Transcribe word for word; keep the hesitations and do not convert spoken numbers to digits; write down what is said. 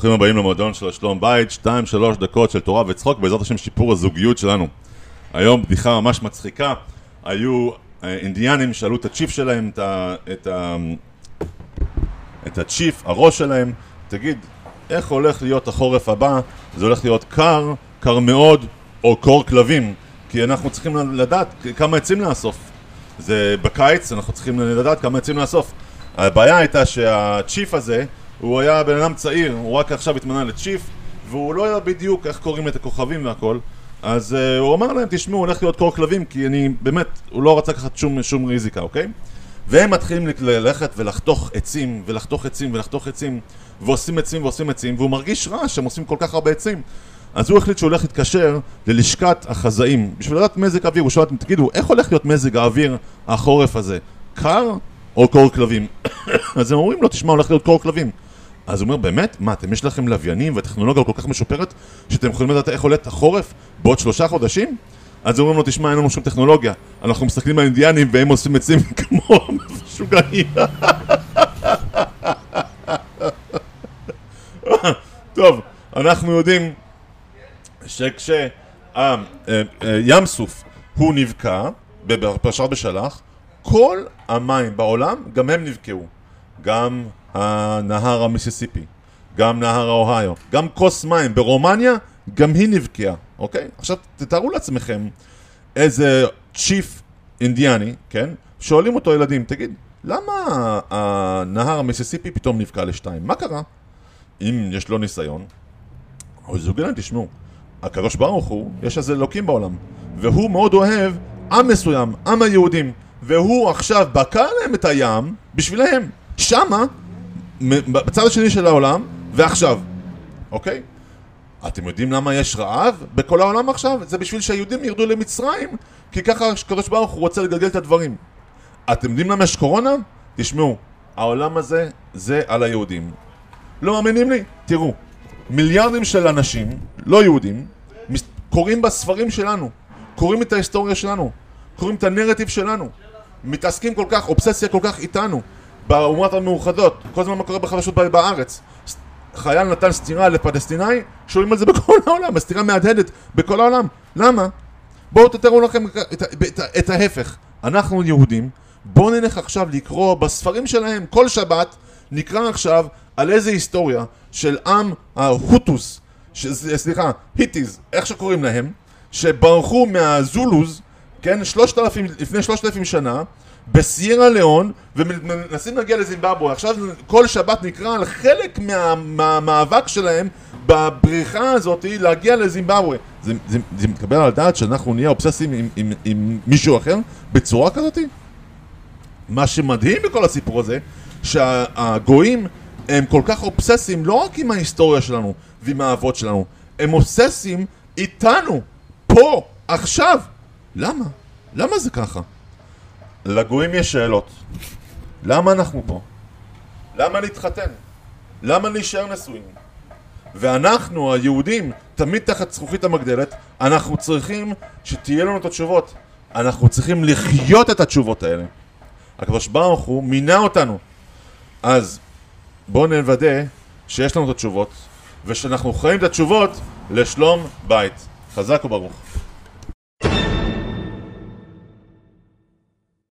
ברוכים הבאים למועדון של שלום בית, שתיים שלוש דקות של תורה וצחוק, בעזרת השם שיפור הזוגיות שלנו. היום בדיחה ממש מצחיקה, היו אינדיאנים שאלו את הצ'יף שלהם, את, ה, את, ה, את הצ'יף, הראש שלהם, תגיד, איך הולך להיות החורף הבא? זה הולך להיות קר, קר מאוד, או קור כלבים, כי אנחנו צריכים לדעת כמה עצים לאסוף. זה בקיץ, אנחנו צריכים לדעת כמה עצים לאסוף. הבעיה הייתה שהצ'יף הזה, הוא היה בן אדם צעיר, הוא רק עכשיו התמנה לצ'יף, והוא לא יודע בדיוק איך קוראים את הכוכבים והכל. אז uh, הוא אמר להם, תשמעו, הוא הולך להיות קור כלבים, כי אני באמת, הוא לא רצה לקחת שום, שום ריזיקה, אוקיי? והם מתחילים ללכת ולחתוך עצים, ולחתוך עצים, ולחתוך עצים, ועושים עצים ועושים עצים, והוא מרגיש רע שהם עושים כל כך הרבה עצים. אז הוא החליט שהוא הולך להתקשר ללשכת החזאים, בשביל לדעת מזג האוויר. הוא שואל, תגידו, איך הולך להיות מזג האוויר החורף הזה? קר או קור כלבים? אז הם אומרים לו, תשמע, הולך להיות קור כלבים. אז הוא אומר, באמת? מה, אתם יש לכם לוויינים וטכנולוגיה כל כך משופרת שאתם יכולים לדעת איך הולך החורף בעוד שלושה חודשים? אז אומרים לו, תשמע, אין לנו שום טכנולוגיה. אנחנו מסתכלים על אינדיאנים והם עושים עצים כמו משוגעים. טוב, אנחנו יודעים שכש ים סוף הוא נבקע בפרשת בשלח, כל המים בעולם גם הם נבקעו. גם הנהר המיסיסיפי, גם נהר האוהיו, גם כוס מים ברומניה, גם היא נבקעה, אוקיי? עכשיו תתארו לעצמכם איזה צ'יף אינדיאני, כן? שואלים אותו ילדים, תגיד, למה הנהר המיסיסיפי פתאום נבקע לשתיים? מה קרה? אם יש לו ניסיון, או זוגלן, תשמעו, הקדוש ברוך הוא, יש איזה אלוקים בעולם, והוא מאוד אוהב עם מסוים, עם היהודים, והוא עכשיו בקע להם את הים בשבילהם, שמה, בצד השני של העולם, ועכשיו, אוקיי? אתם יודעים למה יש רעב בכל העולם עכשיו? זה בשביל שהיהודים ירדו למצרים, כי ככה הקדוש ברוך הוא רוצה לגלגל את הדברים. אתם יודעים למה יש קורונה? תשמעו, העולם הזה זה על היהודים. לא מאמינים לי? תראו, מיליארדים של אנשים, לא יהודים, קוראים בספרים שלנו, קוראים את ההיסטוריה שלנו, קוראים את הנרטיב שלנו, מתעסקים כל כך, אובססיה כל כך איתנו, באומות המאוחדות, כל הזמן מה קורה בחדשות בארץ. חייל נתן סתירה לפלסטינאי, שומעים על זה בכל העולם, הסתירה מהדהדת בכל העולם. למה? בואו תתארו לכם את, את, את ההפך. אנחנו יהודים, בואו נלך עכשיו לקרוא בספרים שלהם, כל שבת, נקרא עכשיו על איזה היסטוריה של עם ההוטוס, ש, סליחה, היטיז, איך שקוראים להם, שברחו מהזולוז, כן, שלושת אלפים, לפני שלושת אלפים שנה, בסיירה ליאון, ומנסים להגיע לזימבבואה. עכשיו כל שבת נקרא על חלק מהמאבק מה, שלהם בבריחה הזאת להגיע לזימבבואה. זה, זה, זה מתקבל על דעת שאנחנו נהיה אובססים עם, עם, עם מישהו אחר בצורה כזאת? מה שמדהים בכל הסיפור הזה, שהגויים הם כל כך אובססים לא רק עם ההיסטוריה שלנו ועם האבות שלנו, הם אובססים איתנו, פה, עכשיו. למה? למה זה ככה? לגויים יש שאלות. למה אנחנו פה? למה להתחתן? למה להישאר נשואים? ואנחנו, היהודים, תמיד תחת זכוכית המגדלת, אנחנו צריכים שתהיה לנו את התשובות. אנחנו צריכים לחיות את התשובות האלה. הקדוש ברוך הוא מינה אותנו. אז בואו נוודא שיש לנו את התשובות, ושאנחנו חיים את התשובות לשלום בית. חזק וברוך.